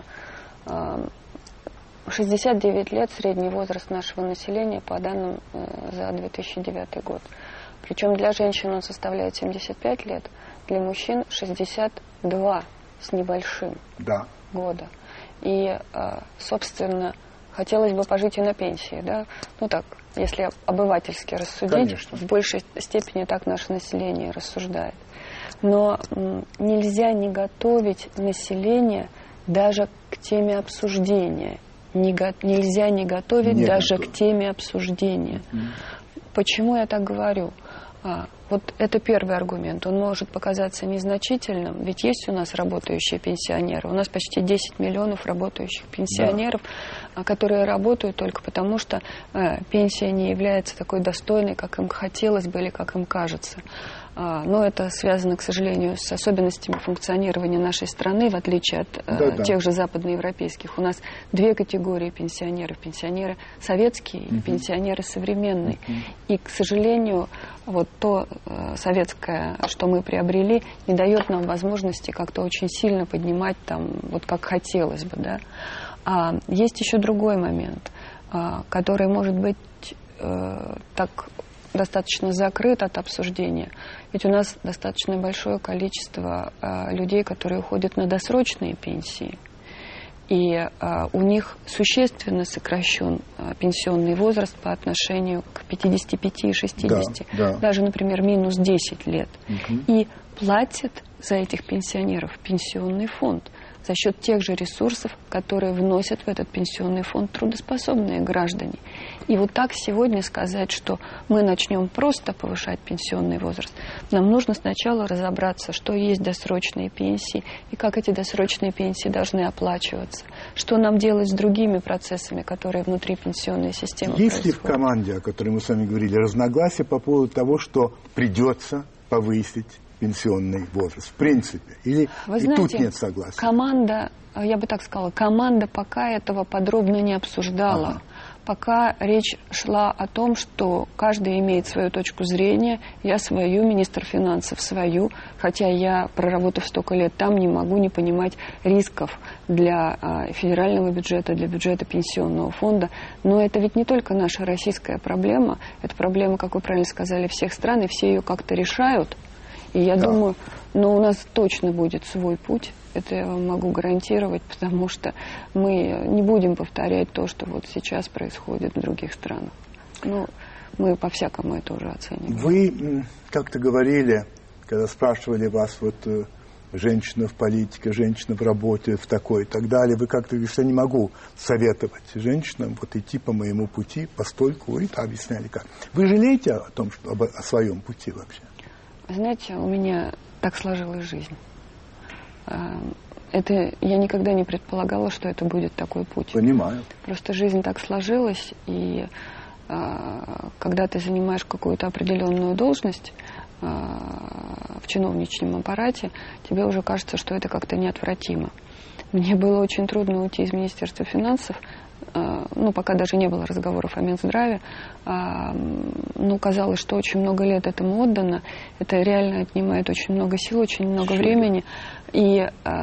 [SPEAKER 2] 69 лет средний возраст нашего населения по данным за 2009 год. Причем для женщин он составляет 75 лет, для мужчин 62 с небольшим года. И, собственно, хотелось бы пожить и на пенсии, да? Если обывательски рассудить, конечно. В большей степени так наше население рассуждает. Но нельзя не готовить население даже к теме обсуждения. Нельзя не готовить к теме обсуждения. Почему я так говорю? Вот это первый аргумент. Он может показаться незначительным, ведь есть у нас работающие пенсионеры. У нас почти 10 миллионов работающих пенсионеров, которые работают только потому, что пенсия не является такой достойной, как им хотелось бы или как им кажется. Но это связано, к сожалению, с особенностями функционирования нашей страны, в отличие от тех же западноевропейских. У нас 2 категории пенсионеров. Пенсионеры советские и пенсионеры современные. И, к сожалению, вот то советское, что мы приобрели, не дает нам возможности как-то очень сильно поднимать там, вот как хотелось бы, да. А есть еще другой момент, который может быть так достаточно закрыт от обсуждения. Ведь у нас достаточно большое количество людей, которые уходят на досрочные пенсии. И у них существенно сокращен пенсионный возраст по отношению к 55 и 60. Даже, например, минус 10 лет. И платят за этих пенсионеров пенсионный фонд за счет тех же ресурсов, которые вносят в этот пенсионный фонд трудоспособные граждане. И вот так сегодня сказать, что мы начнем просто повышать пенсионный возраст, нам нужно сначала разобраться, что есть досрочные пенсии и как эти досрочные пенсии должны оплачиваться, что нам делать с другими процессами, которые внутри пенсионной системы происходят.
[SPEAKER 1] Есть ли в команде, о которой мы с вами говорили, разногласия по поводу того, что придется повысить пенсионный возраст, в принципе? Или
[SPEAKER 2] вы знаете,
[SPEAKER 1] тут нет согласия?
[SPEAKER 2] Команда, я бы так сказала, команда пока этого подробно не обсуждала. Пока речь шла о том, что каждый имеет свою точку зрения, я свою, министр финансов свою, хотя я, проработав столько лет там, не могу не понимать рисков для федерального бюджета, для бюджета пенсионного фонда. Но это ведь не только наша российская проблема, это проблема, как вы правильно сказали, всех стран, и все ее как-то решают. И я думаю, у нас точно будет свой путь, это я вам могу гарантировать, потому что мы не будем повторять то, что вот сейчас происходит в других странах. Мы по-всякому это уже оцениваем.
[SPEAKER 1] Вы как-то говорили, когда спрашивали вас, женщина в политике, женщина в работе, в такой и так далее, вы как-то говорите, что я не могу советовать женщинам идти по моему пути, постольку, и объясняли как. Вы жалеете о том, что о своем пути вообще?
[SPEAKER 2] Знаете, у меня так сложилась жизнь. Это я никогда не предполагала, что это будет такой путь.
[SPEAKER 1] Понимаю.
[SPEAKER 2] Просто жизнь так сложилась, и когда ты занимаешь какую-то определенную должность в чиновничьем аппарате, тебе уже кажется, что это как-то неотвратимо. Мне было очень трудно уйти из Министерства финансов пока даже не было разговоров о Минздраве, казалось, что очень много лет этому отдано. Это реально отнимает очень много сил, очень много времени. И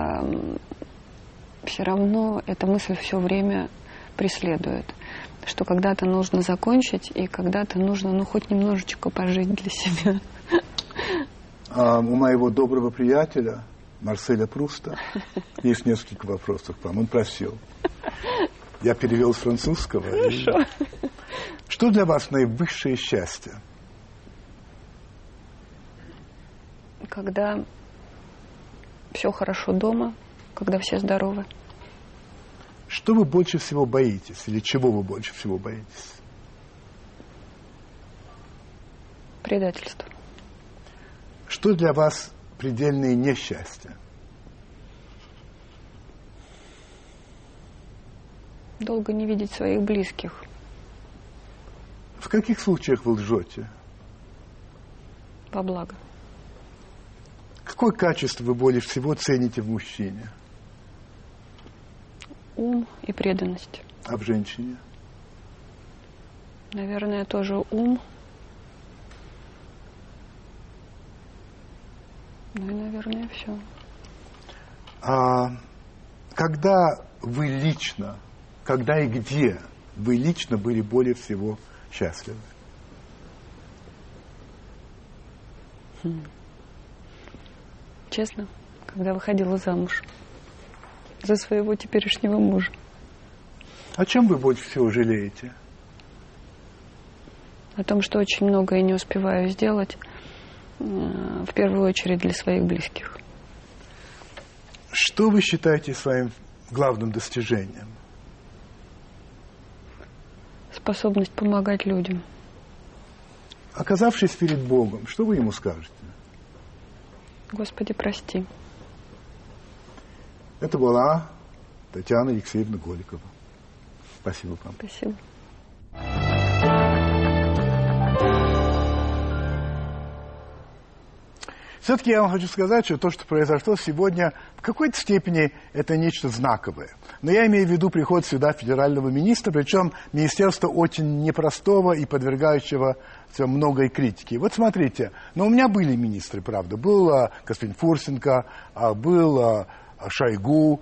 [SPEAKER 2] все равно эта мысль все время преследует, что когда-то нужно закончить, и когда-то нужно, хоть немножечко пожить для себя.
[SPEAKER 1] У моего доброго приятеля Марселя Пруста есть несколько вопросов к вам. Он просил. Я перевел с французского.
[SPEAKER 2] Хорошо.
[SPEAKER 1] Что для вас наивысшее счастье?
[SPEAKER 2] Когда все хорошо дома, когда все здоровы.
[SPEAKER 1] Что вы больше всего боитесь? Или чего вы больше всего боитесь?
[SPEAKER 2] Предательство.
[SPEAKER 1] Что для вас предельное несчастье?
[SPEAKER 2] Долго не видеть своих близких.
[SPEAKER 1] В каких случаях вы лжете?
[SPEAKER 2] По благу.
[SPEAKER 1] Какое качество вы более всего цените в мужчине?
[SPEAKER 2] Ум и преданность.
[SPEAKER 1] А в женщине?
[SPEAKER 2] Наверное, тоже ум. И, наверное, все.
[SPEAKER 1] Когда вы лично, когда и где вы лично были более всего счастливы?
[SPEAKER 2] Честно, когда выходила замуж за своего теперешнего мужа.
[SPEAKER 1] О чем вы больше всего жалеете?
[SPEAKER 2] О том, что очень многое не успеваю сделать, в первую очередь для своих близких.
[SPEAKER 1] Что вы считаете своим главным достижением?
[SPEAKER 2] Способность помогать людям.
[SPEAKER 1] Оказавшись перед Богом, что вы ему скажете?
[SPEAKER 2] Господи, прости.
[SPEAKER 1] Это была Татьяна Алексеевна Голикова. Спасибо вам.
[SPEAKER 2] Спасибо.
[SPEAKER 1] Все-таки я вам хочу сказать, что то, что произошло сегодня, в какой-то степени это нечто знаковое. Но я имею в виду приход сюда федерального министра, причем министерства очень непростого и подвергающего многой критики. Вот смотрите, у меня были министры, правда. Был господин Фурсенко, был Шойгу,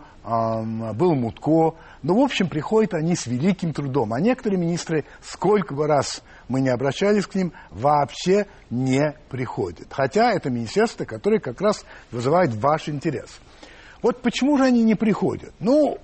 [SPEAKER 1] был Мутко. Но, в общем, приходят они с великим трудом. А некоторые министры, сколько бы раз мы не обращались к ним, вообще не приходят. Хотя это министерство, которое как раз вызывает ваш интерес. Вот почему же они не приходят?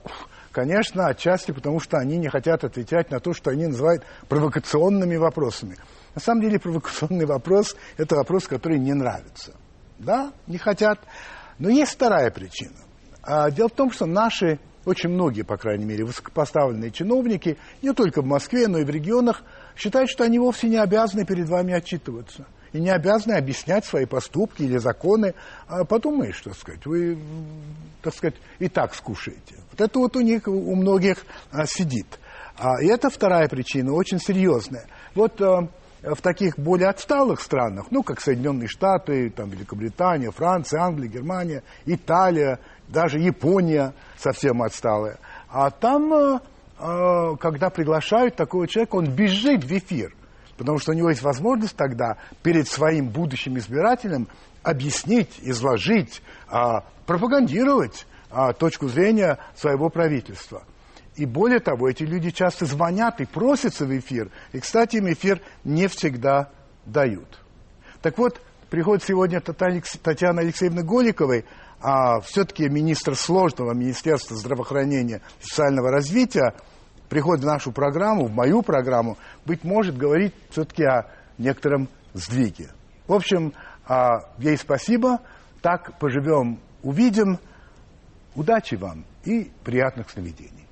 [SPEAKER 1] Конечно, отчасти потому, что они не хотят отвечать на то, что они называют провокационными вопросами. На самом деле провокационный вопрос – это вопрос, который не нравится. Да, не хотят. Но есть вторая причина. Дело в том, что наши, очень многие, по крайней мере, высокопоставленные чиновники, не только в Москве, но и в регионах, считают, что они вовсе не обязаны перед вами отчитываться. И не обязаны объяснять свои поступки или законы. Подумаешь, так сказать, вы, так сказать, и так скушаете. Вот это вот у них, у многих сидит. И это вторая причина, очень серьезная. Вот в таких более отсталых странах, как Соединенные Штаты, там, Великобритания, Франция, Англия, Германия, Италия, даже Япония совсем отсталая. А там, когда приглашают такого человека, он бежит в эфир, потому что у него есть возможность тогда перед своим будущим избирателем объяснить, изложить, пропагандировать точку зрения своего правительства. И более того, эти люди часто звонят и просятся в эфир. И, кстати, им эфир не всегда дают. Так вот, приходит сегодня Татьяна Алексеевна Голиковой, все-таки министр сложного Министерства здравоохранения и социального развития, приходит в нашу программу, в мою программу, быть может, говорить все-таки о некотором сдвиге. В общем, ей спасибо. Так поживем, увидим. Удачи вам и приятных сновидений.